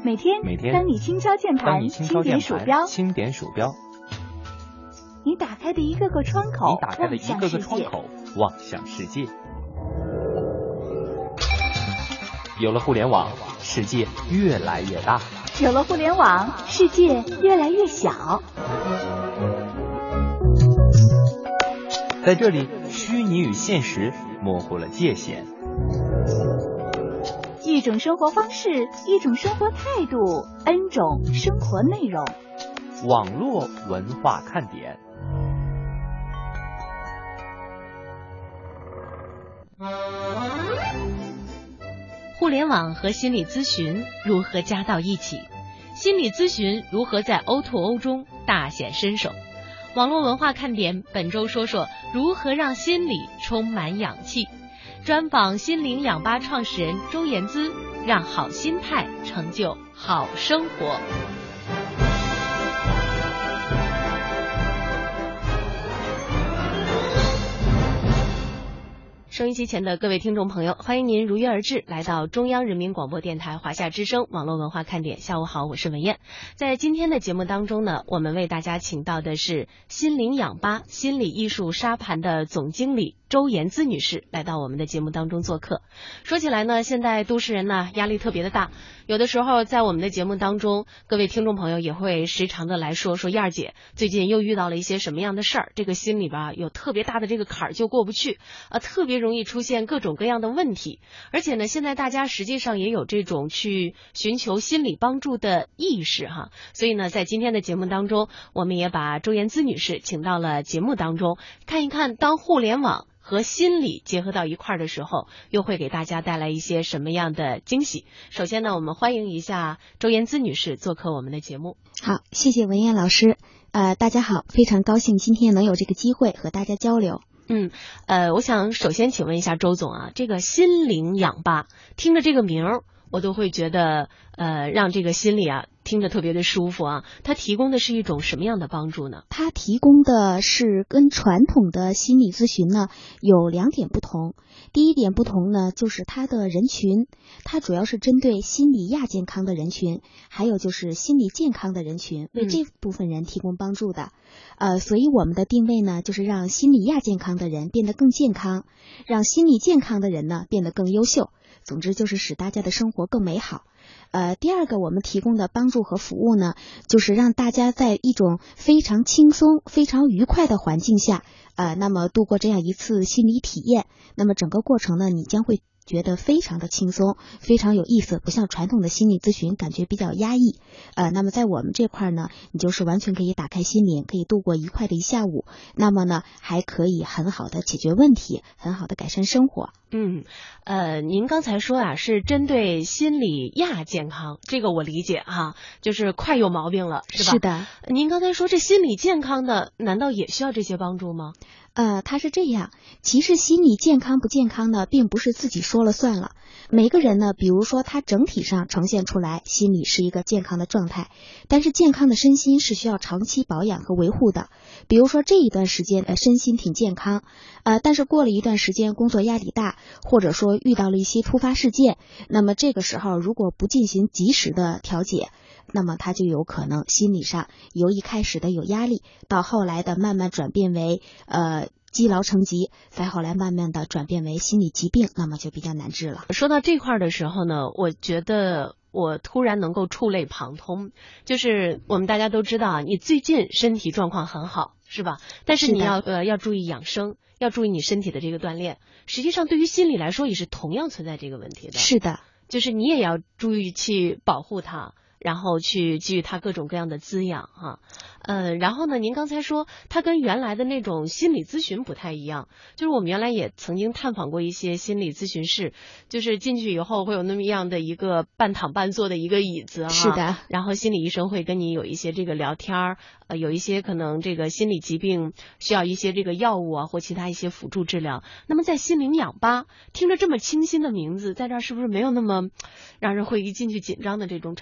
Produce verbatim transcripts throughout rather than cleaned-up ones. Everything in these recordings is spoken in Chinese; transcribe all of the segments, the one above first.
每天， 每天， 当你轻敲键盘，轻点鼠标， 轻点鼠标， 你打开的一个个窗口， 你打开的一个个窗口，望向世界。有了互联网，世界越来越大； 有了互联网，世界越来越小。 在这里，虚拟与现实模糊了界限。 一种生活方式，一种生活态度 ，N 种生活内容。 网络文化看点。 互联网和心理咨询如何加到一起？心理咨询如何在 O to O 中大显身手？网络文化看点本周说说如何让心理充满氧气。专访心灵氧吧创始人周延姿，让好心态成就好生活。收音机前的各位听众朋友，欢迎您如约而至，来到中央人民广播电台华夏之声网络文化看点。下午好，我是文燕。在今天的节目当中呢，我们为大家请到的是心灵氧吧心理艺术沙盘的总经理周延姿女士，来到我们的节目当中做客。说起来呢，现在都市人呢压力特别的大，有的时候在我们的节目当中，各位听众朋友也会时常的来说说燕儿姐最近又遇到了一些什么样的事儿，这个心里边有特别大的这个坎儿就过不去，呃，特别容易出现各种各样的问题。而且呢，现在大家实际上也有这种去寻求心理帮助的意识哈，所以呢，在今天的节目当中，我们也把周延姿女士请到了节目当中，看一看当互联网和心理结合到一块儿的时候，又会给大家带来一些什么样的惊喜。首先呢，我们欢迎一下周延姿女士做客我们的节目。 好，谢谢文燕老师。呃，大家好，非常高兴今天能有这个机会和大家交流。 嗯，呃，我想首先请问一下周总啊，这个心灵氧吧，听着这个名儿，我都会觉得呃，让这个心里啊听着特别的舒服啊。它提供的是一种什么样的帮助呢？ 它提供的是跟传统的心理咨询呢有两点不同。第一点不同呢，就是它的人群，它主要是针对心理亚健康的人群，还有就是心理健康的人群，为这部分人提供帮助的。嗯、呃，所以我们的定位呢，就是让心理亚健康的人变得更健康，让心理健康的人呢变得更优秀。总之就是使大家的生活更美好。呃，第二个我们提供的帮助和服务呢，就是让大家在一种非常轻松、非常愉快的环境下，呃，那么度过这样一次心理体验。那么整个过程呢，你将会觉得非常的轻松，非常有意思，不像传统的心理咨询感觉比较压抑。呃，那么在我们这块呢，你就是完全可以打开心灵，可以度过愉快的一下午。那么呢，还可以很好的解决问题，很好的改善生活。 嗯，呃，您刚才说啊，是针对心理亚健康，这个我理解哈，就是快有毛病了，是吧？ 是的。 您刚才说这心理健康的，难道也需要这些帮助吗？ 呃，它是这样，其实心理健康不健康呢，并不是自己说了算了。每个人呢，比如说他整体上呈现出来，心理是一个健康的状态，但是健康的身心是需要长期保养和维护的。比如说这一段时间呃身心挺健康，呃，但是过了一段时间工作压力大，或者说遇到了一些突发事件，那么这个时候如果不进行及时的调节，那么他就有可能心理上由一开始的有压力，到后来的慢慢转变为呃积劳成疾，再后来慢慢的转变为心理疾病，那么就比较难治了。 说到这块的时候呢，我觉得我突然能够触类旁通，就是我们大家都知道啊，你最近身体状况很好，是吧？但是你要呃要注意养生，要注意你身体的这个锻炼。实际上对于心理来说也是同样存在这个问题的。 是的， 就是你也要注意去保护它，然后去给予它各种各样的滋养哈。呃，然后呢，您刚才说它跟原来的那种心理咨询不太一样，就是我们原来也曾经探访过一些心理咨询室，就是进去以后会有那么样的一个半躺半坐的一个椅子哈。 是的。 然后心理医生会跟你有一些这个聊天儿，呃，有一些可能这个心理疾病需要一些这个药物啊或其他一些辅助治疗。那么在心灵氧吧，听着这么清新的名字，在这儿是不是没有那么让人会一进去紧张的这种场景？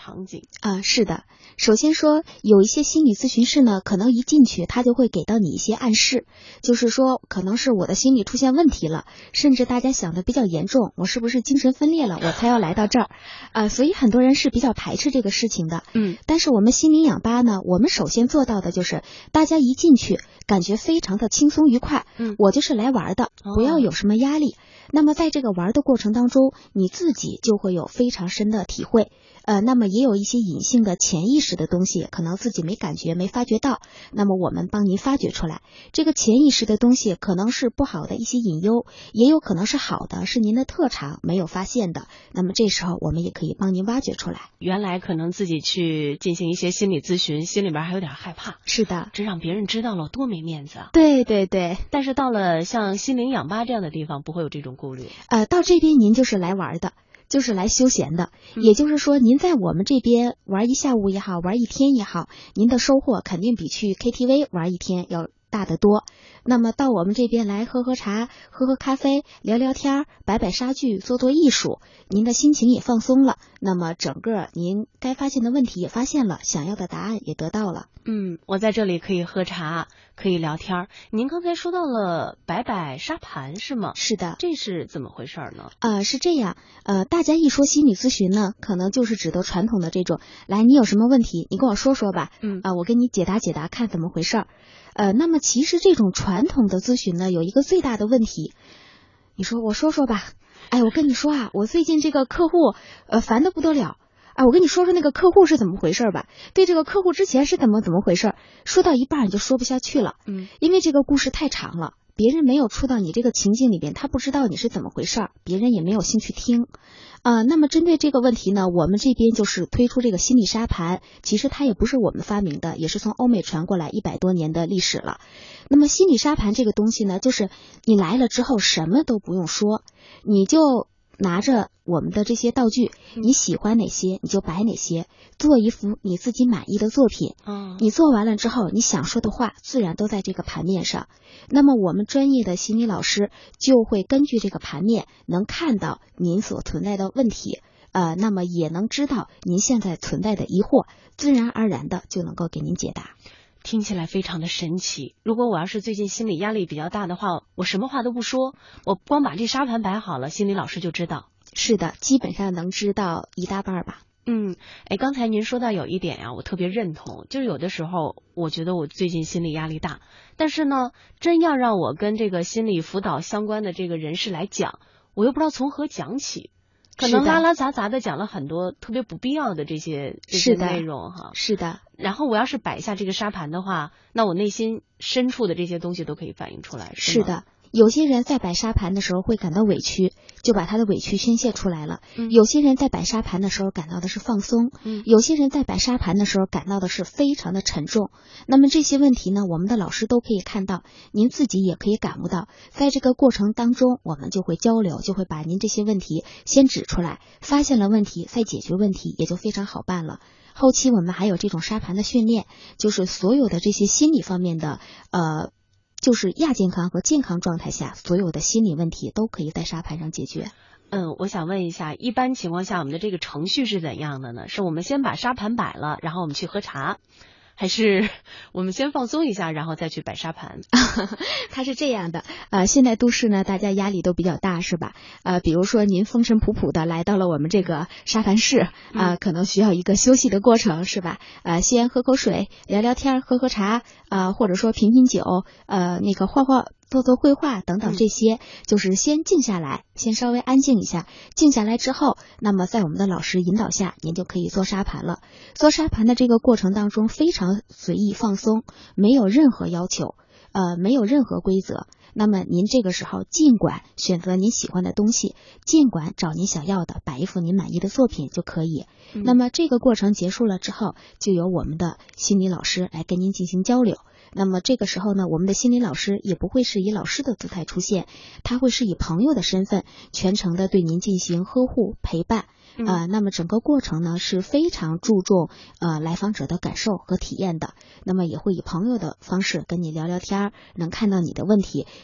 啊，是的。首先说，有一些心理咨询师呢，可能一进去他就会给到你一些暗示，就是说可能是我的心理出现问题了，甚至大家想的比较严重，我是不是精神分裂了，我才要来到这儿啊、呃，所以很多人是比较排斥这个事情的。 嗯， 但是我们心灵氧吧呢，我们首先做到的就是大家一进去感觉非常的轻松愉快， 嗯， 我就是来玩的，不要有什么压力。哦、那么在这个玩的过程当中，你自己就会有非常深的体会。呃，那么也有一些隐性的潜意识的东西，可能自己没感觉、没发觉到，那么我们帮您发掘出来。这个潜意识的东西可能是不好的一些隐忧，也有可能是好的，是您的特长没有发现的。那么这时候我们也可以帮您挖掘出来。 原来可能自己去进行一些心理咨询，心里边还有点害怕。 是的， 这让别人知道了多没面子啊。 对对对。 但是到了像心灵氧吧这样的地方，不会有这种顾虑。 呃，到这边您就是来玩的。就是来休闲的，也就是说您在我们这边玩一下午也好，玩一天也好，您的收获肯定比去 K T V 玩一天要大得多。那么到我们这边来喝喝茶，喝喝咖啡，聊聊天，摆摆沙具，做做艺术，您的心情也放松了，那么整个您该发现的问题也发现了，想要的答案也得到了。 嗯，我在这里可以喝茶，可以聊天。您刚才说到了摆摆沙盘是吗？ 是的。 这是怎么回事呢？ 呃，是这样，呃，大家一说心理咨询呢，可能就是指的传统的这种，来，你有什么问题，你跟我说说吧， 嗯， 啊、呃，我给你解答解答，看怎么回事儿。呃，那么其实这种传统的咨询呢，有一个最大的问题，你说我说说吧，哎，我跟你说啊，我最近这个客户，呃，烦得不得了。啊，我跟你说说那个客户是怎么回事吧。对这个客户之前是怎么怎么回事，说到一半你就说不下去了。 嗯， 因为这个故事太长了，别人没有触到你这个情境里边，他不知道你是怎么回事，别人也没有兴趣听。呃，那么针对这个问题呢，我们这边就是推出这个心理沙盘，其实它也不是我们发明的，也是从欧美传过来一百多年的历史了。那么心理沙盘这个东西呢，就是你来了之后什么都不用说，你就拿着我们的这些道具，你喜欢哪些你就摆哪些，做一幅你自己满意的作品。 嗯， 你做完了之后，你想说的话自然都在这个盘面上。那么我们专业的心理老师就会根据这个盘面，能看到您所存在的问题，呃，那么也能知道您现在存在的疑惑，自然而然的就能够给您解答。 听起来非常的神奇。如果我要是最近心理压力比较大的话，我什么话都不说，我光把这沙盘摆好了，心理老师就知道。 是的，基本上能知道一大半吧。 嗯，哎，刚才您说到有一点呀、啊，我特别认同，就是有的时候我觉得我最近心理压力大，但是呢，真要让我跟这个心理辅导相关的这个人士来讲，我又不知道从何讲起。可能拉拉杂杂的讲了很多特别不必要的这些这些内容哈， 是的。 然后我要是摆下这个沙盘的话，那我内心深处的这些东西都可以反映出来。是, 是的，有些人在摆沙盘的时候会感到委屈，就把他的委屈宣泄出来了。 嗯、 有些人在摆沙盘的时候感到的是放松， 嗯、 有些人在摆沙盘的时候感到的是非常的沉重。那么这些问题呢，我们的老师都可以看到，您自己也可以感悟到。在这个过程当中，我们就会交流，就会把您这些问题先指出来，发现了问题再解决问题，也就非常好办了。后期我们还有这种沙盘的训练，就是所有的这些心理方面的呃。就是亚健康和健康状态下，所有的心理问题都可以在沙盘上解决。 嗯，我想问一下，一般情况下我们的这个程序是怎样的呢？是我们先把沙盘摆了，然后我们去喝茶，还是我们先放松一下，然后再去摆沙盘？ 它是这样的，呃，现在都市呢，大家压力都比较大，是吧？呃，比如说您风尘仆仆的来到了我们这个沙盘室，啊、呃嗯，可能需要一个休息的过程，是吧？呃，先喝口水，聊聊天，喝喝茶，啊、呃，或者说品品酒，呃，那个画画。做做绘画等等，这些、嗯、就是先静下来，先稍微安静一下。静下来之后，那么在我们的老师引导下，您就可以做沙盘了。做沙盘的这个过程当中非常随意放松，没有任何要求，呃，没有任何规则。那么您这个时候尽管选择您喜欢的东西，尽管找您想要的，摆一幅您满意的作品就可以。嗯、那么这个过程结束了之后，就由我们的心理老师来跟您进行交流。那么这个时候呢，我们的心理老师也不会是以老师的姿态出现，他会是以朋友的身份，全程的对您进行呵护陪伴。 嗯、 呃，那么整个过程呢是非常注重呃来访者的感受和体验的。那么也会以朋友的方式跟你聊聊天，能看到你的问题，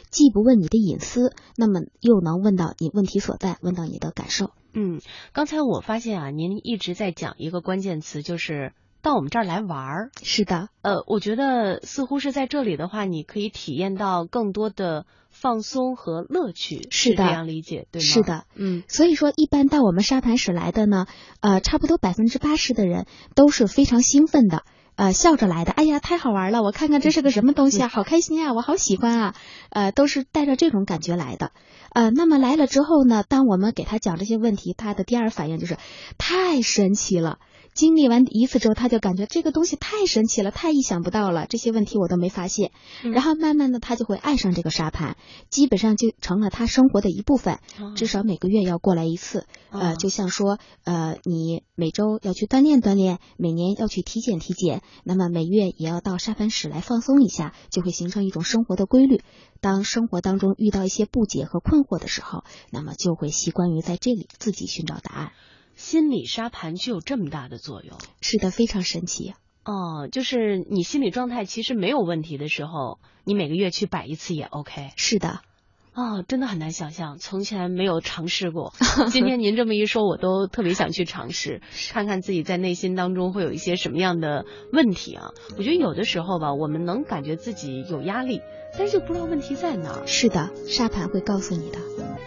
既不问你的隐私，那么又能问到你问题所在，问到你的感受。 嗯，刚才我发现啊，您一直在讲一个关键词，就是到我们这儿来玩儿。 是的， 呃，我觉得似乎是在这里的话，你可以体验到更多的放松和乐趣， 是的， 是这样理解对吗？ 是的， 嗯， 所以说一般到我们沙盘室来的呢，呃，差不多百分之八十的人都是非常兴奋的。呃，笑着来的，哎呀，太好玩了！我看看这是个什么东西啊，好开心啊，我好喜欢啊，呃，都是带着这种感觉来的。呃，那么来了之后呢，当我们给他讲这些问题，他的第二反应就是太神奇了。经历完一次之后，他就感觉这个东西太神奇了，太意想不到了，这些问题我都没发现。 嗯、 然后慢慢的，他就会爱上这个沙盘，基本上就成了他生活的一部分， 哦、 至少每个月要过来一次。 哦、 呃，就像说，呃，你每周要去锻炼锻炼，每年要去体检体检，那么每月也要到沙盘室来放松一下，就会形成一种生活的规律。当生活当中遇到一些不解和困惑的时候，那么就会习惯于在这里自己寻找答案。 心理沙盘具有这么大的作用？ 是的，非常神奇。 哦，就是你心理状态其实没有问题的时候，你每个月去摆一次也 OK。 是的。 哦，真的很难想象，从前没有尝试过。今天您这么一说，我都特别想去尝试，看看自己在内心当中会有一些什么样的问题啊。我觉得有的时候吧，我们能感觉自己有压力，但是就不知道问题在哪儿。 是的，沙盘会告诉你的。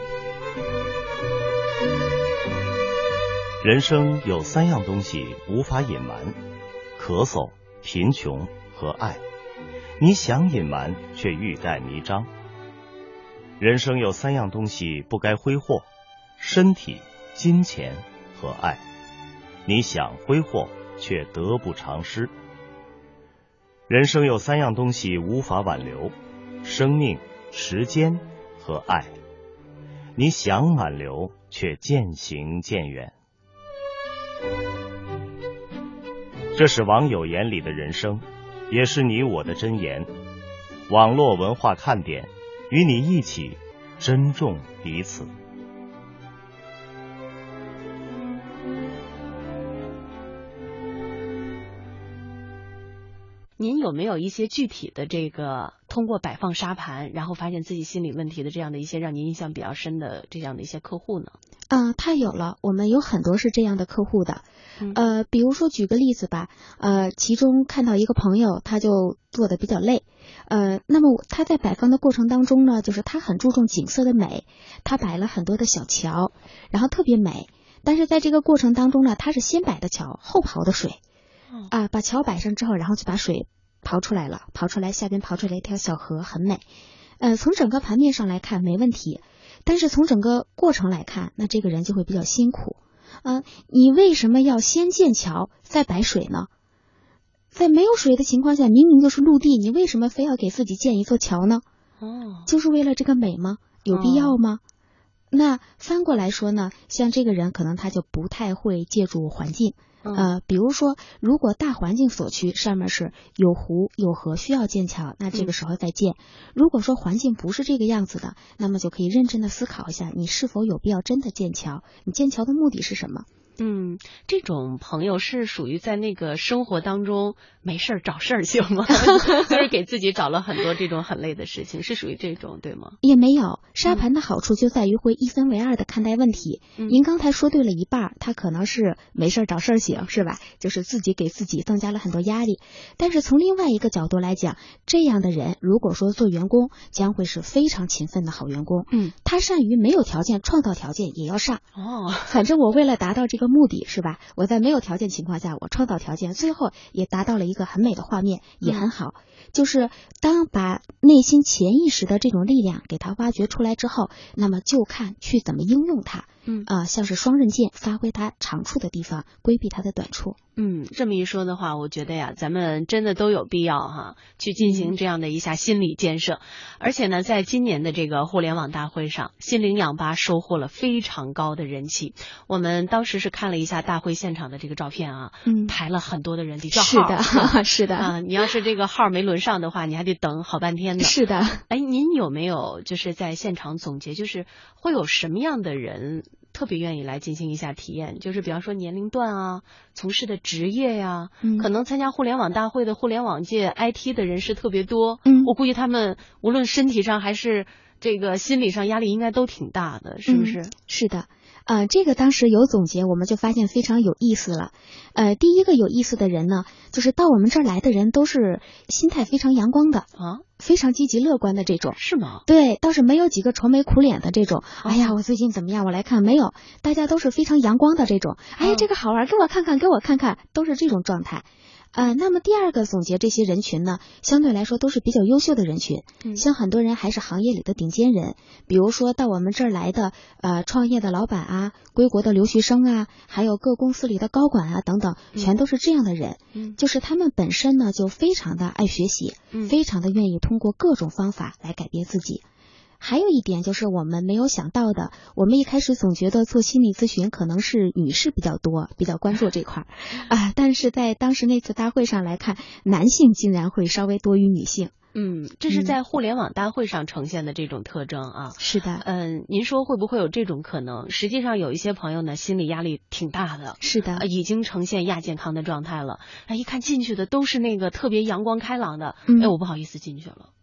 人生有三样东西无法隐瞒：咳嗽、贫穷和爱。你想隐瞒，却欲盖弥彰。人生有三样东西不该挥霍：身体、金钱和爱。你想挥霍，却得不偿失。人生有三样东西无法挽留：生命、时间和爱。你想挽留，却渐行渐远。这是网友眼里的人生，也是你我的箴言。网络文化看点，与你一起珍重彼此。 您有没有一些具体的这个通过摆放沙盘，然后发现自己心理问题的这样的一些让您印象比较深的这样的一些客户呢？ 嗯、呃，太有了，我们有很多是这样的客户的。呃，比如说举个例子吧，呃，其中看到一个朋友，他就做的比较累，呃，那么他在摆放的过程当中呢，就是他很注重景色的美，他摆了很多的小桥，然后特别美，但是在这个过程当中呢，他是先摆的桥，后刨的水，啊、呃，把桥摆上之后，然后就把水刨出来了，刨出来下边刨出来一条小河，很美，呃，从整个盘面上来看没问题，但是从整个过程来看，那这个人就会比较辛苦。呃，你为什么要先建桥再摆水呢？在没有水的情况下，明明就是陆地，你为什么非要给自己建一座桥呢？ 哦， 就是为了这个美吗？有必要吗？哦、那翻过来说呢，像这个人可能他就不太会借助环境。呃，比如说，如果大环境所趋，上面是有湖有河需要建桥，那这个时候再建。嗯、如果说环境不是这个样子的，那么就可以认真的思考一下，你是否有必要真的建桥？你建桥的目的是什么？ 嗯，这种朋友是属于在那个生活当中没事儿找事儿行吗？就是给自己找了很多这种很累的事情，是属于这种对吗？ 也没有，沙盘的好处就在于会一分为二的看待问题。嗯、您刚才说对了一半，他可能是没事儿找事儿行，是吧？就是自己给自己增加了很多压力。但是从另外一个角度来讲，这样的人如果说做员工，将会是非常勤奋的好员工。嗯，他善于没有条件创造条件也要上。哦，反正我为了达到这个目的是吧？我在没有条件情况下，我创造条件，最后也达到了一个很美的画面，也很好。嗯、就是当把内心潜意识的这种力量给它挖掘出来之后，那么就看去怎么应用它。嗯啊、呃，像是双刃剑，发挥它长处的地方，规避它的短处。 嗯，这么一说的话，我觉得呀，咱们真的都有必要哈，去进行这样的一下心理建设。嗯、而且呢，在今年的这个互联网大会上，心灵氧吧收获了非常高的人气。我们当时是看了一下大会现场的这个照片啊，嗯，排了很多的人得叫号。 是的，是的啊，你要是这个号没轮上的话，你还得等好半天呢。 是的。 哎，您有没有就是在现场总结，就是会有什么样的人特别愿意来进行一下体验，就是比方说年龄段啊，从事的职业呀、 嗯， 可能参加互联网大会的互联网界 I T 的人士特别多， 嗯， 我估计他们无论身体上还是这个心理上压力应该都挺大的，是不是？ 嗯、是的。呃，这个当时有总结，我们就发现非常有意思了。呃，第一个有意思的人呢，就是到我们这儿来的人都是心态非常阳光的啊， 非常积极乐观的这种。 是吗？ 对，倒是没有几个愁眉苦脸的这种。哎呀，我最近怎么样？我来看，没有，大家都是非常阳光的这种。哎呀，这个好玩，给我看看，给我看看，都是这种状态。呃，那么第二个总结这些人群呢，相对来说都是比较优秀的人群， 嗯， 像很多人还是行业里的顶尖人，比如说到我们这儿来的呃创业的老板啊，归国的留学生啊，还有各公司里的高管啊等等，全都是这样的人， 嗯， 就是他们本身呢就非常的爱学习， 嗯， 非常的愿意通过各种方法来改变自己。还有一点就是我们没有想到的，我们一开始总觉得做心理咨询可能是女士比较多，比较关注这块儿啊，但是在当时那次大会上来看，男性竟然会稍微多于女性。 嗯，这是在互联网大会上呈现的这种特征啊。 是的。 嗯，您说会不会有这种可能？实际上有一些朋友呢，心理压力挺大的。 是的。 呃、已经呈现亚健康的状态了。哎，一看进去的都是那个特别阳光开朗的， 嗯、 哎，我不好意思进去了。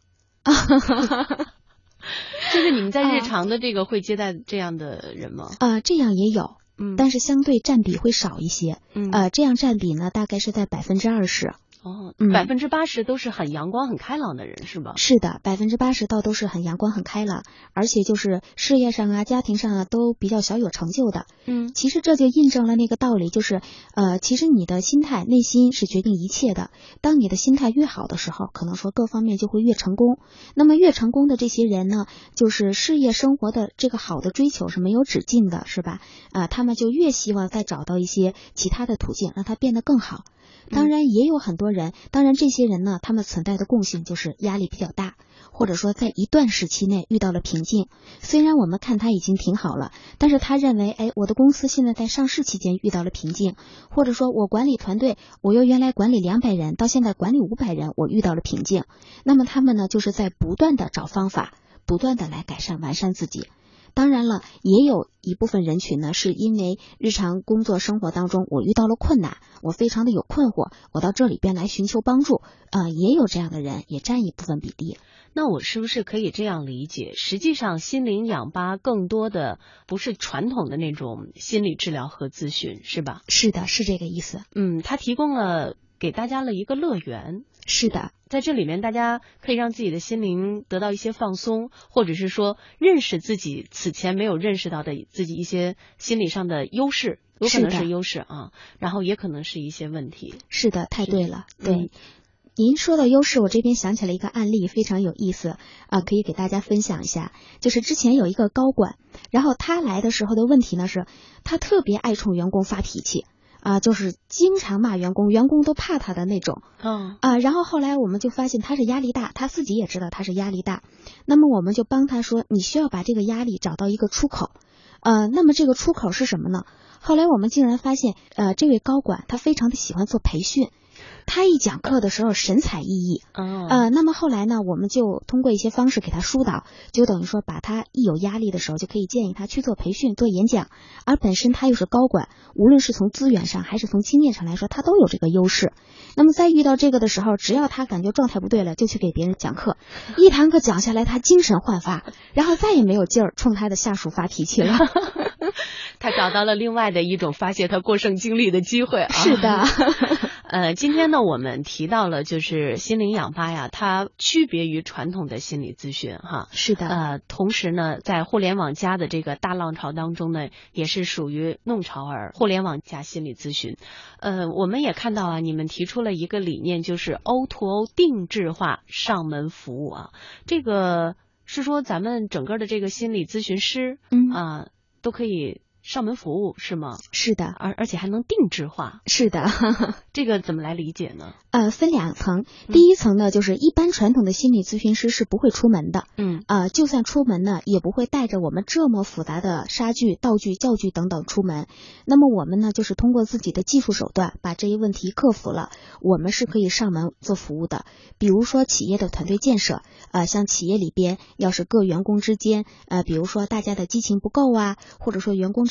就是你们在日常的这个会接待这样的人吗？ 啊、呃，这样也有， 嗯， 但是相对占比会少一些。 嗯， 呃，这样占比呢，大概是在百分之二十。 哦， 嗯， 百分之八十都是很阳光、很开朗的人，是吧？ 是的，百分之八十倒都是很阳光、很开朗，而且就是事业上啊、家庭上啊都比较小有成就的。 嗯， 其实这就印证了那个道理，就是呃，其实你的心态、内心是决定一切的。当你的心态越好的时候，可能说各方面就会越成功。那么越成功的这些人呢，就是事业生活的这个好的追求是没有止境的，是吧？啊、呃，他们就越希望再找到一些其他的途径，让它变得更好。当然也有很多人，当然这些人呢，他们存在的共性就是压力比较大，或者说在一段时期内遇到了瓶颈。虽然我们看他已经挺好了，但是他认为，哎，我的公司现在在上市期间遇到了瓶颈，或者说我管理团队，我由原来管理两百人到现在管理五百人，我遇到了瓶颈。那么他们呢，就是在不断的找方法，不断的来改善完善自己。当然了，也有一部分人群呢，是因为日常工作生活当中我遇到了困难，我非常的有困惑，我到这里边来寻求帮助，呃，也有这样的人，也占一部分比例。 那我是不是可以这样理解？实际上，心灵氧吧更多的不是传统的那种心理治疗和咨询，是吧？ 是的，是这个意思。 嗯，它提供了给大家了一个乐园。 是的， 在这里面大家可以让自己的心灵得到一些放松，或者是说认识自己此前没有认识到的自己一些心理上的优势，有可能是优势啊，然后也可能是一些问题。 是的，太对了。对、 嗯、 您说到优势，我这边想起了一个案例，非常有意思啊，可以给大家分享一下。就是之前有一个高管，然后他来的时候的问题呢是，他特别爱冲员工发脾气。啊，就是经常骂员工，员工都怕他的那种。 嗯啊，然后后来我们就发现他是压力大，他自己也知道他是压力大。那么我们就帮他说，你需要把这个压力找到一个出口。呃，那么这个出口是什么呢？后来我们竟然发现，呃，这位高管他非常的喜欢做培训。他一讲课的时候神采奕奕， 哦， 呃，那么后来呢，我们就通过一些方式给他疏导，就等于说把他一有压力的时候，就可以建议他去做培训、做演讲。而本身他又是高管，无论是从资源上还是从经验上来说，他都有这个优势。那么在遇到这个的时候，只要他感觉状态不对了，就去给别人讲课，一堂课讲下来，他精神焕发，然后再也没有劲儿冲他的下属发脾气了。 他找到了另外的一种发泄他过剩精力的机会啊！ 是的， 呃，今天呢，我们提到了就是心灵氧吧呀，它区别于传统的心理咨询哈。 是的， 呃，同时呢，在互联网加的这个大浪潮当中呢，也是属于弄潮儿，互联网加心理咨询。呃，我们也看到啊，你们提出了一个理念，就是 O to O 定制化上门服务啊，这个是说咱们整个的这个心理咨询师， 嗯啊、呃，都可以上门服务是吗？ 是的， 而而且还能定制化。 是的， 这个怎么来理解呢？ 呃，分两层。第一层呢，就是一般传统的心理咨询师是不会出门的， 嗯， 呃，就算出门呢，也不会带着我们这么复杂的杀具、道具、教具等等出门。那么我们呢，就是通过自己的技术手段把这一问题克服了，我们是可以上门做服务的。比如说企业的团队建设，呃，像企业里边要是各员工之间，呃，比如说大家的激情不够啊，或者说员工之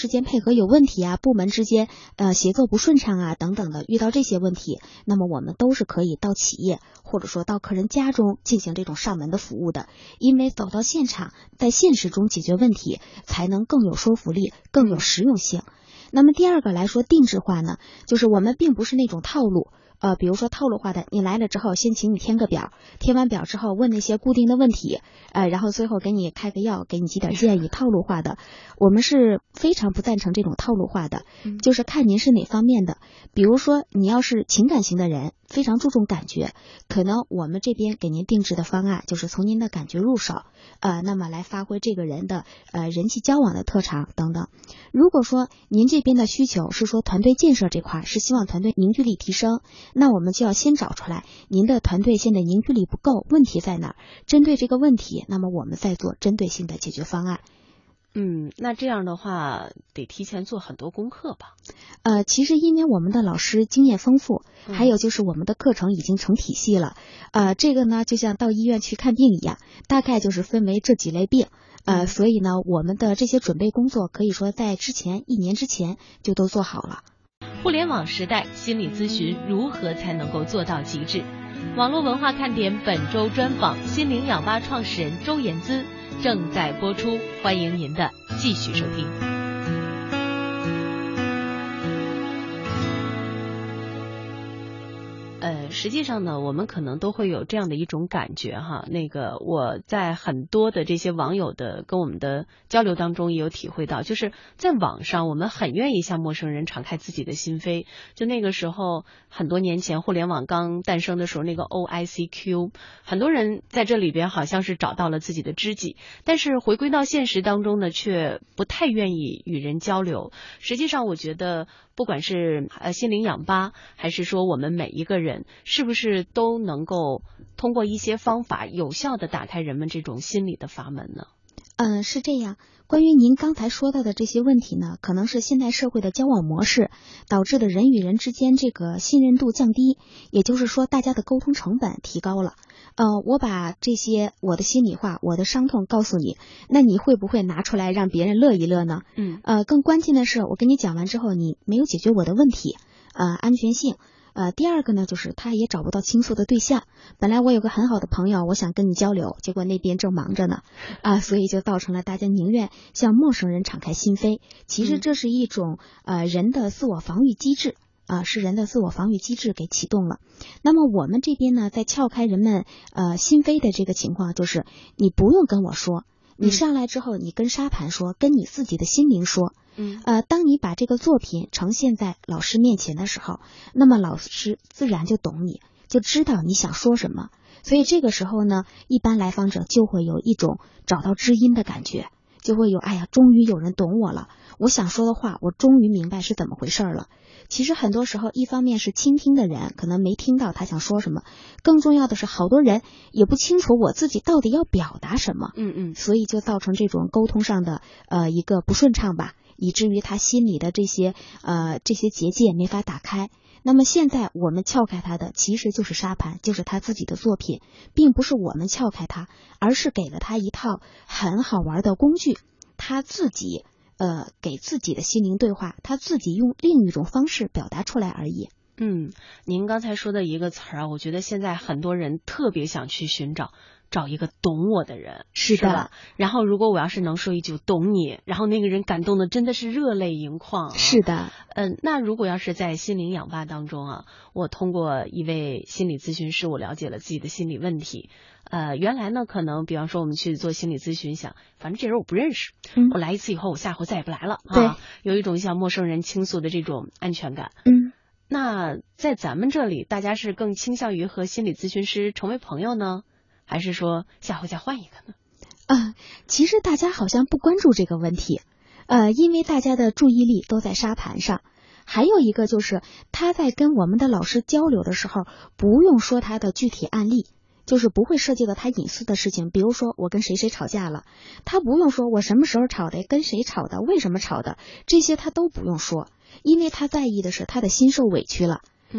之间配合有问题啊，部门之间呃协作不顺畅啊等等的，遇到这些问题，那么我们都是可以到企业或者说到客人家中进行这种上门的服务的，因为走到现场，在现实中解决问题才能更有说服力，更有实用性。那么第二个来说定制化呢，就是我们并不是那种套路。呃，比如说套路化的，你来了之后，先请你填个表，填完表之后问那些固定的问题，呃，然后最后给你开个药，给你几点建议，套路化的，我们是非常不赞成这种套路化的， 嗯、 就是看您是哪方面的。比如说，你要是情感型的人，非常注重感觉，可能我们这边给您定制的方案就是从您的感觉入手，呃，那么来发挥这个人的呃人际交往的特长等等。如果说您这边的需求是说团队建设这块，是希望团队凝聚力提升。那我们就要先找出来您的团队现在凝聚力不够，问题在哪儿？针对这个问题，那么我们再做针对性的解决方案。 嗯，那这样的话得提前做很多功课吧？ 呃，其实因为我们的老师经验丰富，还有就是我们的课程已经成体系了。呃，这个呢就像到医院去看病一样，大概就是分为这几类病。呃，所以呢，我们的这些准备工作可以说在之前一年之前就都做好了。 互联网时代，心理咨询如何才能够做到极致？网络文化看点本周专访心灵氧吧创始人周延姿正在播出，欢迎您的继续收听。呃，实际上呢，我们可能都会有这样的一种感觉哈。那个我在很多的这些网友的跟我们的交流当中也有体会到，就是在网上我们很愿意向陌生人敞开自己的心扉。就那个时候，很多年前互联网刚诞生的时候，那个 O I C Q， 很多人在这里边好像是找到了自己的知己，但是回归到现实当中呢，却不太愿意与人交流。实际上，我觉得不管是呃心灵氧吧，还是说我们每一个人，是不是都能够通过一些方法有效地打开人们这种心理的阀门呢？ 嗯、呃，是这样。关于您刚才说到的这些问题呢，可能是现代社会的交往模式导致的人与人之间这个信任度降低，也就是说大家的沟通成本提高了。呃，我把这些我的心里话、我的伤痛告诉你，那你会不会拿出来让别人乐一乐呢？ 嗯， 呃，更关键的是，我跟你讲完之后，你没有解决我的问题，呃，安全性。呃，第二个呢，就是他也找不到倾诉的对象。本来我有个很好的朋友，我想跟你交流，结果那边正忙着呢，啊、呃，所以就造成了大家宁愿向陌生人敞开心扉。其实这是一种呃人的自我防御机制。啊、呃，是人的自我防御机制给启动了。那么我们这边呢，在撬开人们呃心扉的这个情况，就是你不用跟我说，你上来之后，你跟沙盘说，跟你自己的心灵说。 嗯， 呃，当你把这个作品呈现在老师面前的时候，那么老师自然就懂你，就知道你想说什么。所以这个时候呢，一般来访者就会有一种找到知音的感觉，就会有哎呀，终于有人懂我了，我想说的话，我终于明白是怎么回事了。其实很多时候，一方面是倾听的人可能没听到他想说什么，更重要的是好多人也不清楚我自己到底要表达什么。 嗯嗯， 所以就造成这种沟通上的呃一个不顺畅吧，以至于他心里的这些呃这些结界没法打开。那么现在我们撬开他的其实就是沙盘，就是他自己的作品，并不是我们撬开他，而是给了他一套很好玩的工具，他自己呃给自己的心灵对话，他自己用另一种方式表达出来而已。 嗯，您刚才说的一个词儿啊，我觉得现在很多人特别想去寻找找一个懂我的人， 是的。 是吧？然后如果我要是能说一句懂你，然后那个人感动的真的是热泪盈眶啊。 是的。 嗯，那如果要是在心灵氧吧当中啊，我通过一位心理咨询师，我了解了自己的心理问题。呃，原来呢，可能比方说我们去做心理咨询，想反正这人我不认识， 嗯， 我来一次以后，我下回再也不来了。 对， 啊，有一种向陌生人倾诉的这种安全感。 嗯。 那在咱们这里，大家是更倾向于和心理咨询师成为朋友呢，还是说下回再换一个呢？ 啊、呃，其实大家好像不关注这个问题，呃，因为大家的注意力都在沙盘上。还有一个就是他在跟我们的老师交流的时候，不用说他的具体案例，就是不会涉及到他隐私的事情，比如说我跟谁谁吵架了，他不用说我什么时候吵的，跟谁吵的，为什么吵的，这些他都不用说，因为他在意的是他的心受委屈了。 嗯，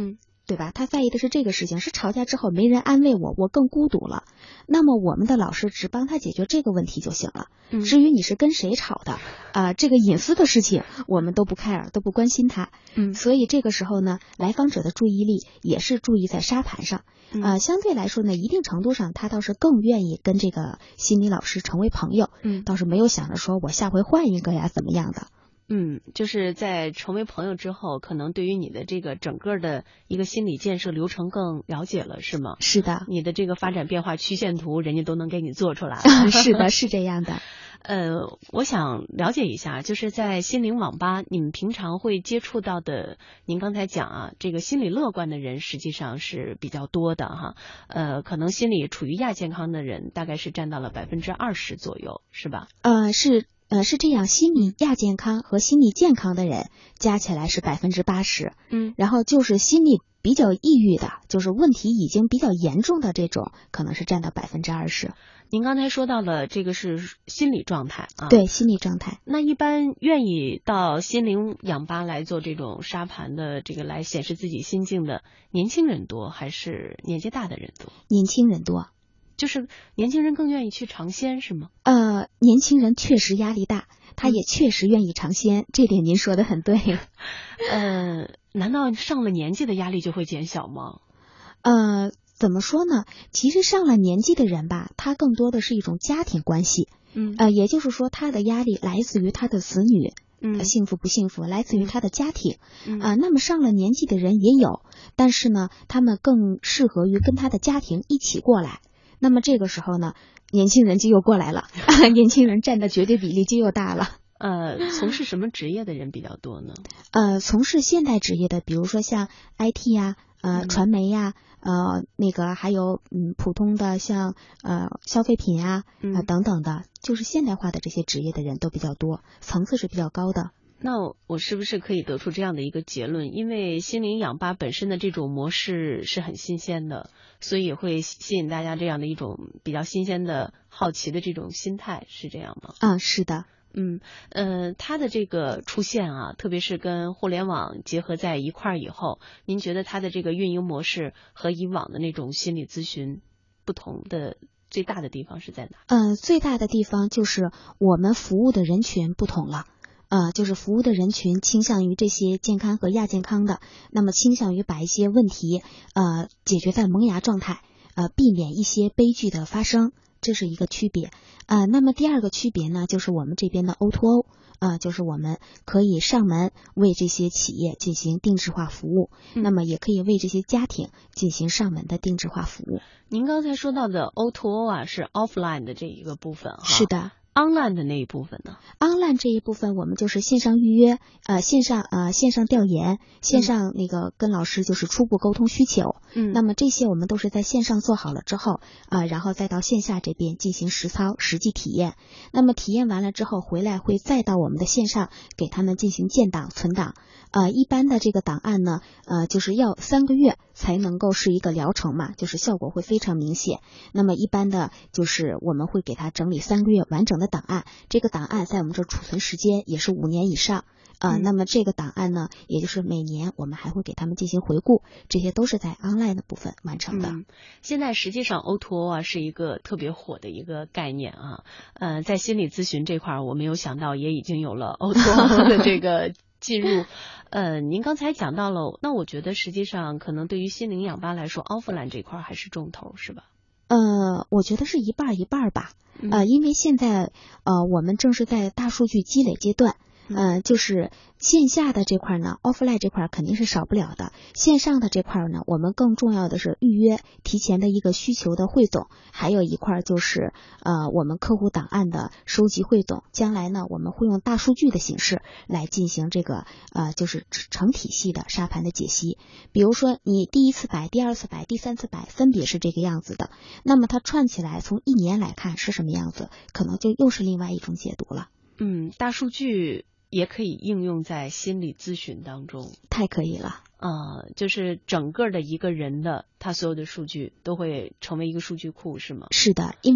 对吧？他在意的是这个事情，是吵架之后没人安慰我，我更孤独了。那么我们的老师只帮他解决这个问题就行了。 嗯、 至于你是跟谁吵的，啊、呃，这个隐私的事情我们都不 care， 都不关心他。 嗯， 所以这个时候呢，来访者的注意力也是注意在沙盘上。呃，相对来说呢，一定程度上他倒是更愿意跟这个心理老师成为朋友。 嗯， 倒是没有想着说我下回换一个呀，怎么样的。 嗯，就是在成为朋友之后，可能对于你的这个整个的一个心理建设流程更了解了，是吗？ 是的， 你的这个发展变化曲线图，人家都能给你做出来了。 是的，是这样的。 呃，我想了解一下，就是在心灵网吧，你们平常会接触到的，您刚才讲啊，这个心理乐观的人实际上是比较多的哈。呃，可能心理处于亚健康的人，大概是占到了百分之二十左右，是吧？ 呃，是。呃，是这样，心理亚健康和心理健康的人加起来是百分之八十， 嗯， 然后就是心理比较抑郁的，就是问题已经比较严重的这种，可能是占到百分之二十。 您刚才说到了这个是心理状态啊， 对，心理状态。 那一般愿意到心灵氧吧来做这种沙盘的这个来显示自己心境的年轻人多，还是年纪大的人多？ 年轻人多。 就是年轻人更愿意去尝鲜是吗？ 呃，年轻人确实压力大，他也确实愿意尝鲜，这点您说的很对。 呃，难道上了年纪的压力就会减小吗？ 呃，怎么说呢？其实上了年纪的人吧，他更多的是一种家庭关系， 嗯， 呃，也就是说他的压力来自于他的子女。 嗯， 呃、幸福不幸福来自于他的家庭， 嗯啊、呃，那么上了年纪的人也有，但是呢，他们更适合于跟他的家庭一起过来。那么这个时候呢，年轻人就又过来了，年轻人占的绝对比例就又大了。 呃，从事什么职业的人比较多呢？ 呃，从事现代职业的，比如说像 I T 呀、呃，传媒呀，呃，那个还有嗯，普通的像呃消费品呀，啊、呃、等等的，就是现代化的这些职业的人都比较多，层次是比较高的。 那我是不是可以得出这样的一个结论？因为心灵氧吧本身的这种模式是很新鲜的，所以也会吸引大家这样的一种比较新鲜的好奇的这种心态，是这样吗？ 啊，是的。 嗯，呃，它的这个出现啊，特别是跟互联网结合在一块儿以后，您觉得它的这个运营模式和以往的那种心理咨询不同的最大的地方是在哪？ 呃，最大的地方就是我们服务的人群不同了。呃，就是服务的人群倾向于这些健康和亚健康的，那么倾向于把一些问题呃解决在萌芽状态，呃，避免一些悲剧的发生，这是一个区别。呃，那么第二个区别呢，就是我们这边的 O to O， 呃，就是我们可以上门为这些企业进行定制化服务， 嗯、 那么也可以为这些家庭进行上门的定制化服务。 您刚才说到的 O to O 啊，是 offline 的这一个部分哈？ 是的。 online 的那一部分呢 ？online 这一部分我们就是线上预约，呃，线上呃线上调研，线上那个跟老师就是初步沟通需求。 嗯， 那么这些我们都是在线上做好了之后，呃，然后再到线下这边进行实操实际体验。那么体验完了之后回来会再到我们的线上给他们进行建档存档。呃，一般的这个档案呢，呃，就是要三个月才能够是一个疗程嘛，就是效果会非常明显。那么一般的就是我们会给他整理三个月完整的档案，这个档案在我们这储存时间也是五年以上。呃， 嗯、 那么这个档案呢，也就是每年我们还会给他们进行回顾，这些都是在 online 的部分完成的。 嗯、现在实际上 O to O 啊是一个特别火的一个概念啊，呃，在心理咨询这块我没有想到也已经有了 O to O 的这个进入。呃，您刚才讲到了，那我觉得实际上可能对于心灵氧吧来说 offline 这块还是重头，是吧？ 呃，我觉得是一半一半吧。呃，因为现在呃我们正是在大数据积累阶段。呃，就是线下的这块呢 ，offline 这块肯定是少不了的。线上的这块呢，我们更重要的是预约提前的一个需求的汇总，还有一块就是呃我们客户档案的收集汇总。将来呢，我们会用大数据的形式来进行这个呃就是成体系的沙盘的解析。比如说你第一次摆、第二次摆、第三次摆分别是这个样子的，那么它串起来从一年来看是什么样子，可能就又是另外一种解读了。 嗯，大数据也可以应用在心理咨询当中， 太可以了。 呃，就是整个的一个人的他所有的数据都会成为一个数据库，是吗？ 是的，因为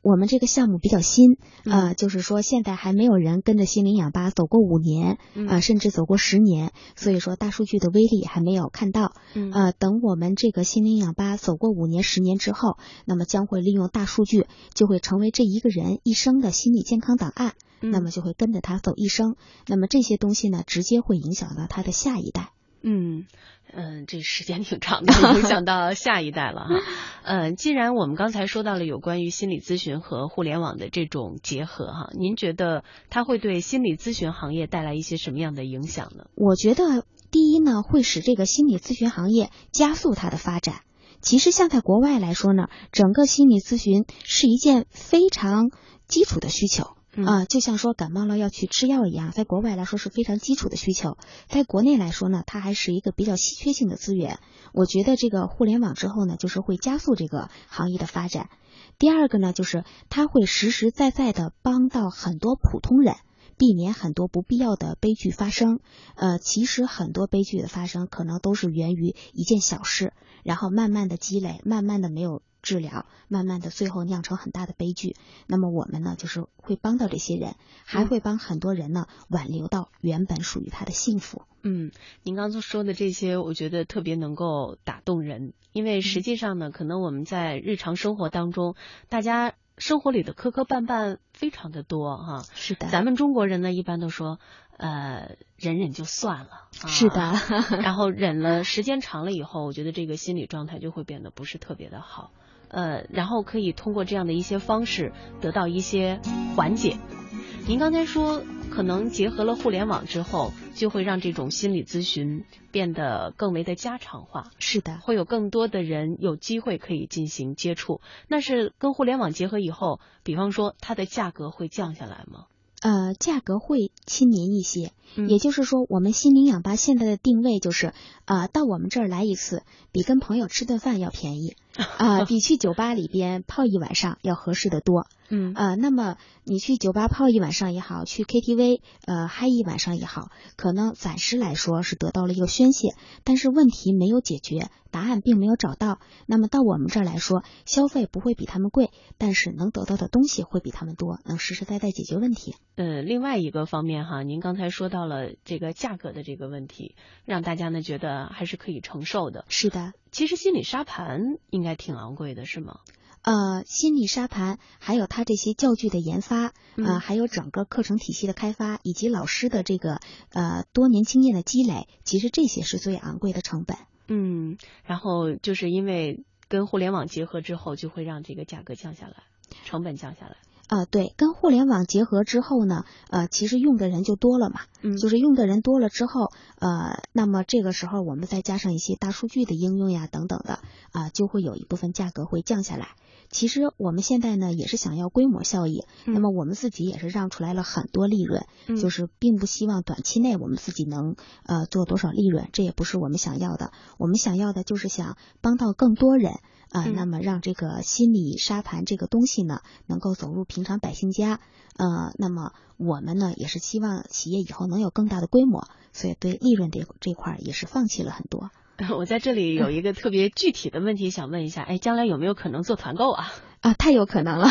我们这个项目比较新，呃，嗯、就是说现在还没有人跟着心灵氧吧走过五年，嗯、呃，甚至走过十年，所以说大数据的威力还没有看到。嗯，呃，等我们这个心灵氧吧走过五年、十年之后，那么将会利用大数据，就会成为这一个人一生的心理健康档案，嗯、那么就会跟着他走一生。那么这些东西呢，直接会影响到他的下一代。 嗯嗯，这时间挺长的，影响到下一代了哈。嗯，既然我们刚才说到了有关于心理咨询和互联网的这种结合哈，您觉得它会对心理咨询行业带来一些什么样的影响呢？ 我觉得第一呢，会使这个心理咨询行业加速它的发展。其实像在国外来说呢，整个心理咨询是一件非常基础的需求。啊、呃，就像说感冒了要去吃药一样，在国外来说是非常基础的需求，在国内来说呢，它还是一个比较稀缺性的资源。我觉得这个互联网之后呢，就是会加速这个行业的发展。第二个呢，就是它会实实在在的帮到很多普通人，避免很多不必要的悲剧发生。呃，其实很多悲剧的发生可能都是源于一件小事，然后慢慢的积累，慢慢的没有治疗，慢慢的最后酿成很大的悲剧。那么我们呢，就是会帮到这些人，还会帮很多人呢挽留到原本属于他的幸福。 嗯，您刚才说的这些，我觉得特别能够打动人，因为实际上呢，可能我们在日常生活当中，大家生活里的磕磕绊绊非常的多哈。 是的， 咱们中国人呢，一般都说，呃，忍忍就算了。啊、 是的， 然后忍了时间长了以后，我觉得这个心理状态就会变得不是特别的好。呃，然后可以通过这样的一些方式得到一些缓解。您刚才说，可能结合了互联网之后，就会让这种心理咨询变得更为的家常化。 是的， 会有更多的人有机会可以进行接触。那是跟互联网结合以后，比方说它的价格会降下来吗？ 呃，价格会亲民一些，嗯、也就是说，我们心灵氧吧现在的定位就是，呃，到我们这儿来一次，比跟朋友吃顿饭要便宜，啊、呃，比去酒吧里边泡一晚上要合适的多。嗯，呃，那么你去酒吧泡一晚上也好，去 K T V 呃嗨一晚上也好，可能暂时来说是得到了一个宣泄，但是问题没有解决，答案并没有找到。那么到我们这儿来说，消费不会比他们贵，但是能得到的东西会比他们多，能实实在在解决问题。 呃，另外一个方面哈，您刚才说到了这个价格的这个问题，让大家呢觉得还是可以承受的。 是的， 其实心理沙盘应该挺昂贵的，是吗？ 呃，心理沙盘还有它这些教具的研发， 嗯、 呃，还有整个课程体系的开发，以及老师的这个呃多年经验的积累，其实这些是最昂贵的成本。 嗯，然后就是因为跟互联网结合之后，就会让这个价格降下来，成本降下来。 啊、呃，对，跟互联网结合之后呢，呃，其实用的人就多了嘛， 嗯， 就是用的人多了之后，呃，那么这个时候我们再加上一些大数据的应用呀等等的，啊、呃，就会有一部分价格会降下来。其实我们现在呢也是想要规模效益， 嗯、 那么我们自己也是让出来了很多利润， 嗯、 就是并不希望短期内我们自己能呃做多少利润，这也不是我们想要的。我们想要的就是想帮到更多人啊、呃嗯， 那么让这个心理沙盘这个东西呢能够走入平常百姓家，呃，那么我们呢也是希望企业以后能有更大的规模，所以对利润这这块也是放弃了很多。 我在这里有一个特别具体的问题想问一下，哎，将来有没有可能做团购啊？ 啊，太有可能了，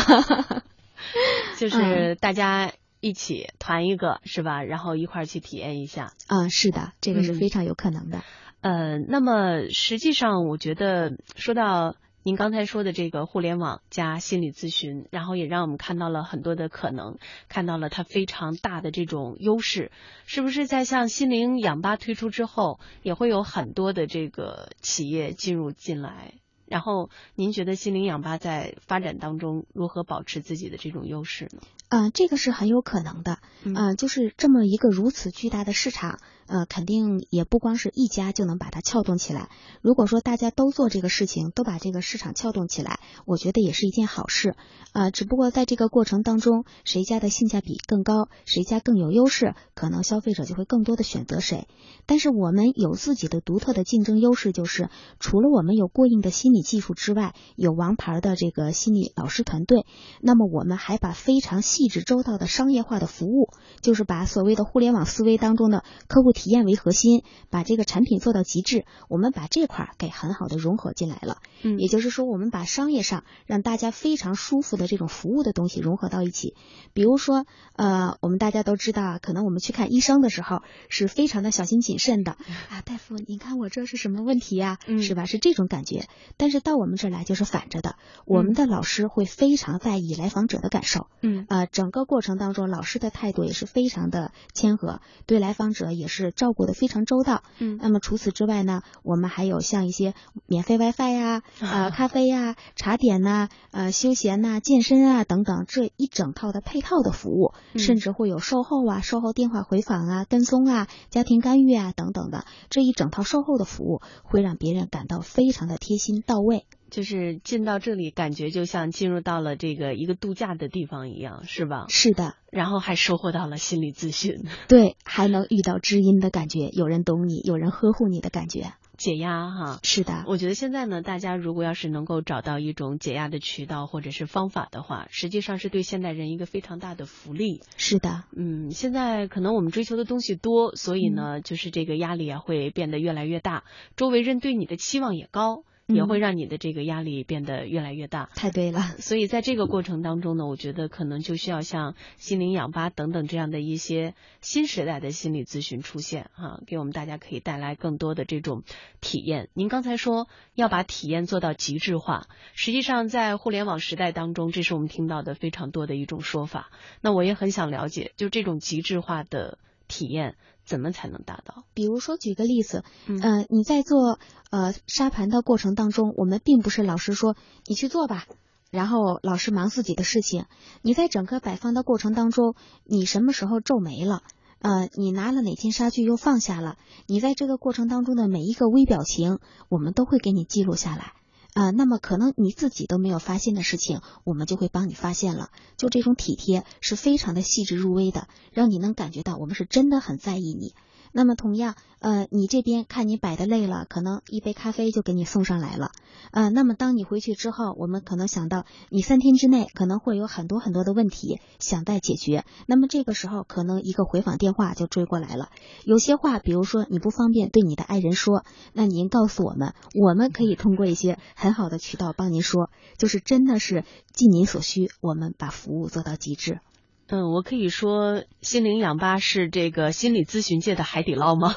就是大家一起团一个，是吧？然后一块儿去体验一下。 啊，是的，这个是非常有可能的。 嗯、呃，那么实际上我觉得说到您刚才说的这个互联网加心理咨询，然后也让我们看到了很多的可能，看到了它非常大的这种优势，是不是在像心灵氧吧推出之后，也会有很多的这个企业进入进来？然后您觉得心灵氧吧在发展当中如何保持自己的这种优势呢？ 啊、呃，这个是很有可能的。啊、 嗯呃，就是这么一个如此巨大的市场，呃，肯定也不光是一家就能把它撬动起来。如果说大家都做这个事情，都把这个市场撬动起来，我觉得也是一件好事。啊、呃，只不过在这个过程当中，谁家的性价比更高，谁家更有优势，可能消费者就会更多的选择谁。但是我们有自己的独特的竞争优势，就是除了我们有过硬的心理技术之外，有王牌的这个心理老师团队，那么我们还把非常细致周到的商业化的服务，就是把所谓的互联网思维当中的客户体体验为核心，把这个产品做到极致，我们把这块给很好的融合进来了。 嗯， 也就是说，我们把商业上让大家非常舒服的这种服务的东西融合到一起。比如说，呃，我们大家都知道，可能我们去看医生的时候是非常的小心谨慎的啊，大夫，您看我这是什么问题呀？ 嗯， 是吧？是这种感觉。但是到我们这儿来就是反着的，我们的老师会非常在意来访者的感受。 嗯， 呃，整个过程当中，老师的态度也是非常的谦和，对来访者也是照顾的非常周到。 嗯， 那么除此之外呢，我们还有像一些免费 WiFi 呀、呃咖啡呀、茶点呐、呃休闲呐、健身啊等等这一整套的配套的服务， 嗯、 甚至会有售后啊、售后电话回访啊、跟踪啊、家庭干预啊等等的这一整套售后的服务，会让别人感到非常的贴心到位。 就是进到这里，感觉就像进入到了这个一个度假的地方一样，是吧？ 是的。 然后还收获到了心理咨询， 对，还能遇到知音的感觉，有人懂你，有人呵护你的感觉， 解压哈。 是的， 我觉得现在呢，大家如果要是能够找到一种解压的渠道或者是方法的话，实际上是对现代人一个非常大的福利。 是的， 嗯，现在可能我们追求的东西多，所以呢，嗯、就是这个压力啊会变得越来越大，周围人对你的期望也高。也会让你的这个压力变得越来越大。 太对了。 所以在这个过程当中呢，我觉得可能就需要像心灵氧吧等等这样的一些新时代的心理咨询出现哈、啊，给我们大家可以带来更多的这种体验。您刚才说要把体验做到极致化，实际上在互联网时代当中，这是我们听到的非常多的一种说法。那我也很想了解，就这种极致化的体验怎么才能达到？ 比如说举个例子， 嗯、 呃，你在做呃沙盘的过程当中，我们并不是老师说你去做吧，然后老师忙自己的事情。你在整个摆放的过程当中，你什么时候皱眉了？呃，你拿了哪件沙具又放下了？你在这个过程当中的每一个微表情，我们都会给你记录下来。啊、呃，那么可能你自己都没有发现的事情，我们就会帮你发现了。就这种体贴是非常的细致入微的，让你能感觉到我们是真的很在意你。那么同样，呃，你这边看你摆的累了，可能一杯咖啡就给你送上来了。呃，那么当你回去之后，我们可能想到你三天之内可能会有很多很多的问题想待解决。那么这个时候可能一个回访电话就追过来了。有些话，比如说你不方便对你的爱人说，那您告诉我们，我们可以通过一些很好的渠道帮您说，就是真的是尽您所需，我们把服务做到极致。 嗯，我可以说心灵氧吧是这个心理咨询界的海底捞吗？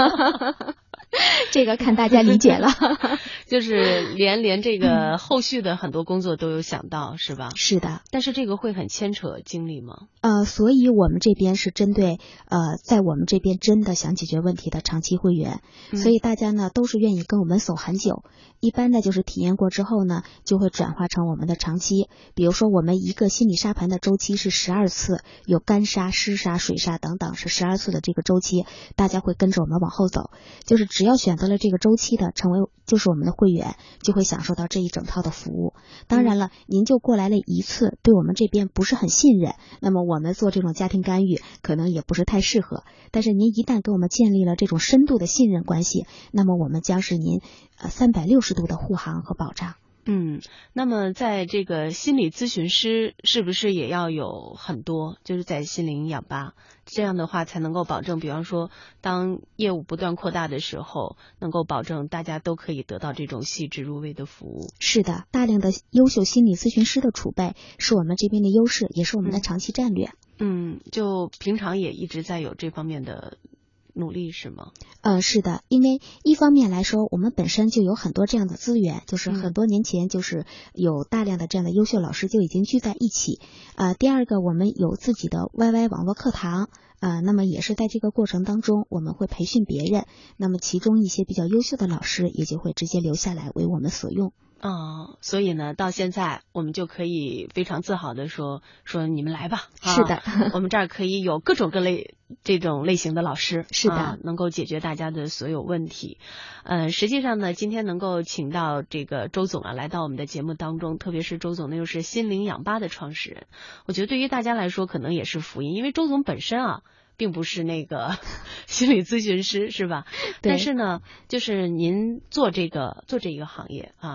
这个看大家理解了。 就是连连这个后续的很多工作都有想到，是吧？ 是的。 但是这个会很牵扯精力吗？ 呃，所以我们这边是针对呃，在我们这边真的想解决问题的长期会员， 嗯、 所以大家呢都是愿意跟我们走很久。一般的就是体验过之后呢，就会转化成我们的长期。比如说我们一个心理沙盘的周期是十二次，有干沙、湿沙、水沙等等，是十二次的这个周期，大家会跟着我们往后走。就是只要选择了这个周期的，成为就是我们的会员，就会享受到这一整套的服务。当然了，您就过来了一次，对我们这边不是很信任，那么我们做这种家庭干预可能也不是太适合。但是您一旦跟我们建立了这种深度的信任关系，那么我们将是您呃三百六十度的护航和保障。 嗯，那么在这个心理咨询师是不是也要有很多，就是在心灵氧吧，这样的话才能够保证，比方说当业务不断扩大的时候，能够保证大家都可以得到这种细致入微的服务。 是的，大量的优秀心理咨询师的储备是我们这边的优势，也是我们的长期战略。 嗯，就平常也一直在有这方面的努力是吗？ 呃，是的，因为一方面来说，我们本身就有很多这样的资源，就是很多年前就是有大量的这样的优秀老师就已经聚在一起。呃，第二个，我们有自己的 Y Y 网络课堂。呃，那么也是在这个过程当中，我们会培训别人，那么其中一些比较优秀的老师也就会直接留下来为我们所用。 哦，所以呢，到现在我们就可以非常自豪的说说你们来吧。 是的， 啊、我们这儿可以有各种各类这种类型的老师， 是的、 啊，能够解决大家的所有问题。呃，实际上呢，今天能够请到这个周总啊来到我们的节目当中，特别是周总呢又是心灵氧吧的创始人，我觉得对于大家来说可能也是福音，因为周总本身啊并不是那个心理咨询师，是吧？但是呢，就是您做这个做这一个行业啊。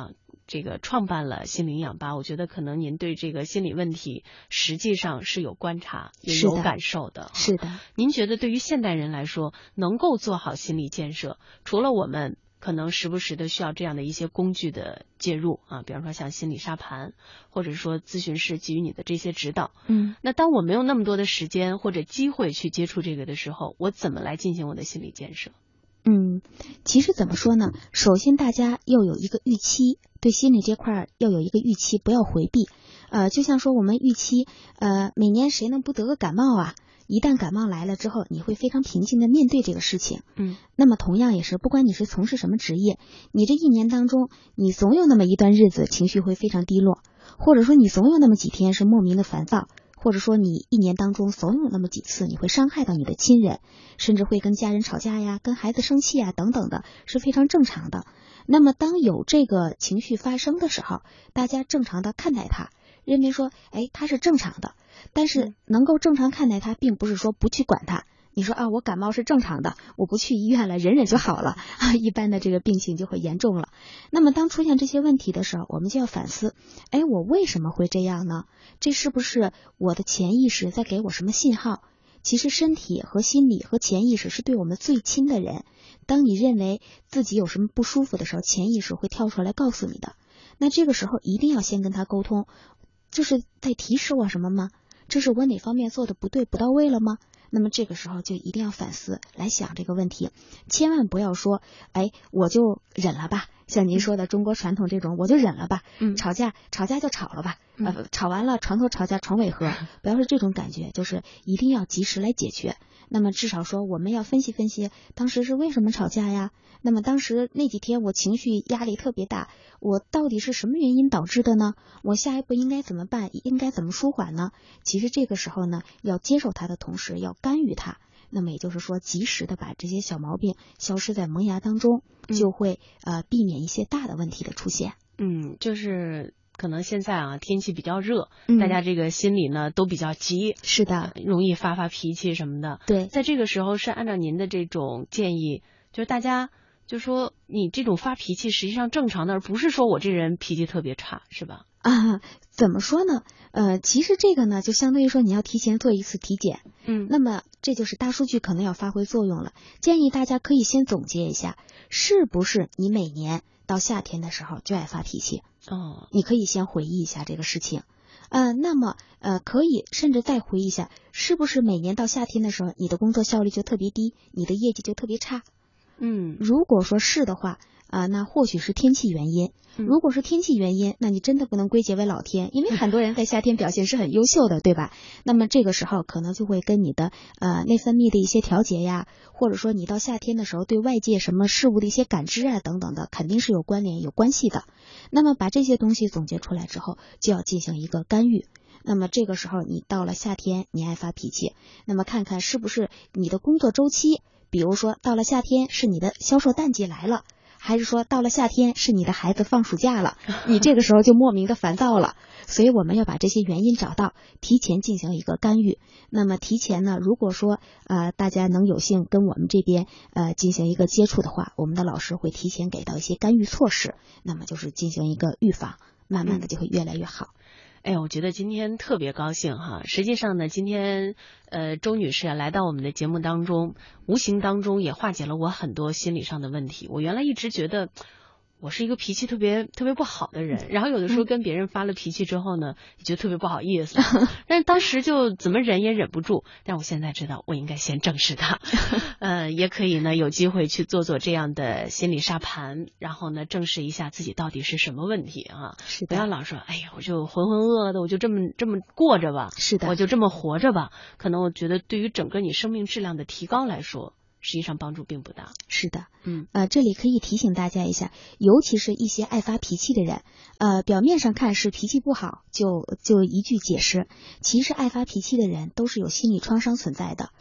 这个创办了心理营养吧，我觉得可能您对这个心理问题实际上是有观察也有感受的。 是的。 您觉得对于现代人来说，能够做好心理建设，除了我们可能时不时的需要这样的一些工具的介入啊，比方说像心理沙盘，或者说咨询师给予你的这些指导。 嗯， 那当我没有那么多的时间或者机会去接触这个的时候，我怎么来进行我的心理建设？ 嗯，其实怎么说呢？首先大家要有一个预期，对心理这块要有一个预期，不要回避。呃，就像说我们预期，呃，每年谁能不得个感冒啊？一旦感冒来了之后，你会非常平静的面对这个事情。 嗯， 那么同样也是，不管你是从事什么职业，你这一年当中，你总有那么一段日子情绪会非常低落，或者说你总有那么几天是莫名的烦躁，或者说你一年当中总有那么几次你会伤害到你的亲人，甚至会跟家人吵架呀，跟孩子生气呀等等的，是非常正常的。那么当有这个情绪发生的时候，大家正常的看待它，认为说，哎，它是正常的。但是能够正常看待它，并不是说不去管它。你说啊，我感冒是正常的，我不去医院了，忍忍就好了啊，一般的这个病情就会严重了。那么当出现这些问题的时候，我们就要反思，哎，我为什么会这样呢？这是不是我的潜意识在给我什么信号？其实身体和心理和潜意识是对我们最亲的人。当你认为自己有什么不舒服的时候，潜意识会跳出来告诉你的。那这个时候一定要先跟他沟通，这是在提示我什么吗？这是我哪方面做的不对不到位了吗？那么这个时候就一定要反思来想这个问题，千万不要说，哎，我就忍了吧。像您说的中国传统这种，我就忍了吧。 嗯， 吵架吵架就吵了吧， 嗯、 呃，吵完了床头吵架床尾和，不要是这种感觉，就是一定要及时来解决。那么至少说我们要分析分析，当时是为什么吵架呀？那么当时那几天我情绪压力特别大，我到底是什么原因导致的呢？我下一步应该怎么办？应该怎么舒缓呢？其实这个时候呢，要接受它的同时要干预它。那么也就是说，及时的把这些小毛病消失在萌芽当中，就会呃避免一些大的问题的出现。 嗯，就是可能现在啊天气比较热， 嗯、 大家这个心里呢都比较急， 是的， 呃、容易发发脾气什么的。 对， 在这个时候是按照您的这种建议，就是大家就说你这种发脾气实际上正常的，而不是说我这人脾气特别差，是吧？ 啊，怎么说呢？呃，其实这个呢，就相当于说你要提前做一次体检。 嗯， 那么这就是大数据可能要发挥作用了。建议大家可以先总结一下，是不是你每年到夏天的时候就爱发脾气？ 哦， 你可以先回忆一下这个事情。呃，那么呃，可以甚至再回忆一下，是不是每年到夏天的时候，你的工作效率就特别低，你的业绩就特别差？ 嗯， 如果说是的话，啊、呃，那或许是天气原因。如果是天气原因，那你真的不能归结为老天，因为很多人在夏天表现是很优秀的，对吧？那么这个时候可能就会跟你的呃内分泌的一些调节呀，或者说你到夏天的时候对外界什么事物的一些感知啊等等的，肯定是有关联有关系的。那么把这些东西总结出来之后，就要进行一个干预。那么这个时候你到了夏天你爱发脾气，那么看看是不是你的工作周期，比如说到了夏天是你的销售淡季来了，还是说到了夏天是你的孩子放暑假了，你这个时候就莫名的烦躁了。所以我们要把这些原因找到，提前进行一个干预。那么提前呢，如果说呃大家能有幸跟我们这边呃进行一个接触的话，我们的老师会提前给到一些干预措施，那么就是进行一个预防，慢慢的就会越来越好。 嗯哎，我觉得今天特别高兴哈！实际上呢，今天呃周女士来到我们的节目当中，无形当中也化解了我很多心理上的问题。我原来一直觉得我是一个脾气特别特别不好的人，然后有的时候跟别人发了脾气之后呢，也觉得特别不好意思，但是当时就怎么忍也忍不住。但我现在知道，我应该先正视它，呃，也可以呢有机会去做做这样的心理沙盘，然后呢正视一下自己到底是什么问题啊， 是的， 不要老说，哎呀，我就浑浑噩噩的，我就这么这么过着吧， 是的， 我就这么活着吧。可能我觉得对于整个你生命质量的提高来说，实际上帮助并不大。 是的， 嗯， 呃，这里可以提醒大家一下，尤其是一些爱发脾气的人，呃，表面上看是脾气不好，就就一句解释，其实爱发脾气的人都是有心理创伤存在的。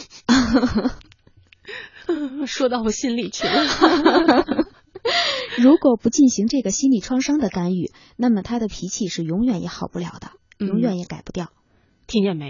说到我心里去了。 如果不进行这个心理创伤的干预，那么他的脾气是永远也好不了的，永远也改不掉。 听见没有？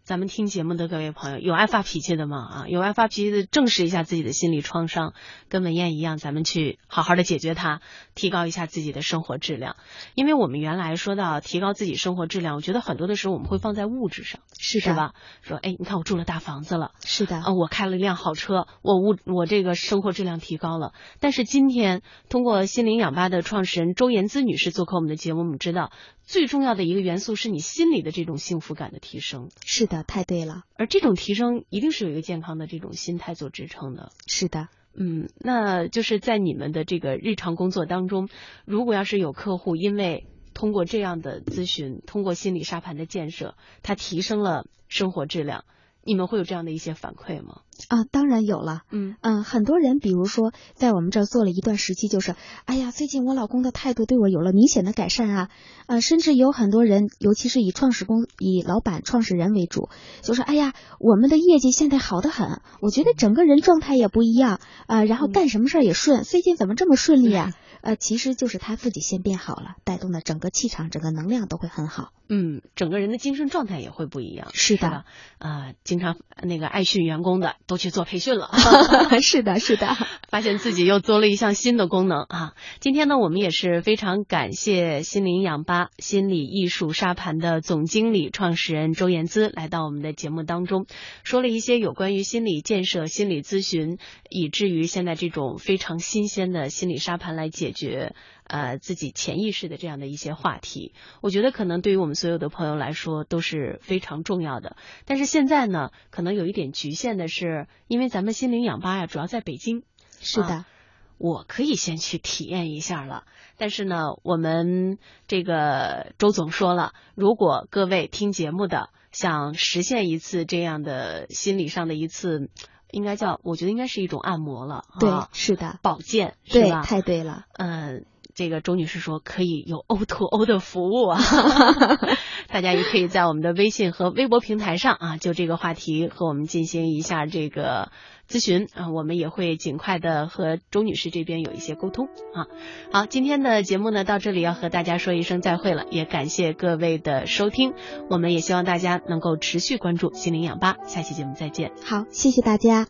咱们听节目的各位朋友，有爱发脾气的吗？啊，有爱发脾气的，正视一下自己的心理创伤，跟文燕一样，咱们去好好的解决它，提高一下自己的生活质量。因为我们原来说到提高自己生活质量，我觉得很多的时候我们会放在物质上， 是的， 是吧？说，哎，你看我住了大房子了， 是的， 啊，我开了一辆好车，我物我这个生活质量提高了。但是今天通过心灵氧吧的创始人周延姿女士做客我们的节目，我们知道最重要的一个元素是你心里的这种幸福感的提升。 是的，太对了。 而这种提升一定是有一个健康的这种心态做支撑的。 是的。 嗯，那就是在你们的这个日常工作当中，如果要是有客户因为通过这样的咨询，通过心理沙盘的建设，他提升了生活质量，你们会有这样的一些反馈吗？ 啊，当然有了。 嗯嗯，很多人比如说在我们这儿做了一段时期，就是哎呀，最近我老公的态度对我有了明显的改善啊。呃，甚至有很多人，尤其是以创始公以老板创始人为主，就是哎呀，我们的业绩现在好得很，我觉得整个人状态也不一样啊、呃，然后干什么事儿也顺，最近怎么这么顺利啊？呃，其实就是他自己先变好了，带动的整个气场、整个能量都会很好。 嗯，整个人的精神状态也会不一样。 是的， 是吧？呃，经常那个爱训员工的都去做培训了。 是的，是的， 发现自己又多了一项新的功能啊！今天呢，我们也是非常感谢心灵氧吧心理艺术沙盘的总经理、创始人周延姿来到我们的节目当中，说了一些有关于心理建设、心理咨询，以至于现在这种非常新鲜的心理沙盘来解决呃自己潜意识的这样的一些话题。我觉得可能对于我们所有的朋友来说都是非常重要的。但是现在呢，可能有一点局限的是，因为咱们心灵氧吧呀，主要在北京。 是的、 啊，我可以先去体验一下了。但是呢，我们这个周总说了，如果各位听节目的想实现一次这样的心理上的一次，应该叫，我觉得应该是一种按摩了。 对， 啊、 是的， 保健，是吧？ 对，太对了。 嗯。这个周女士说可以有 O to O 的服务啊，大家也可以在我们的微信和微博平台上啊，就这个话题和我们进行一下这个咨询啊，我们也会尽快的和周女士这边有一些沟通啊。好，今天的节目呢到这里要和大家说一声再会了，也感谢各位的收听，我们也希望大家能够持续关注心灵氧吧，下期节目再见。 好，谢谢大家。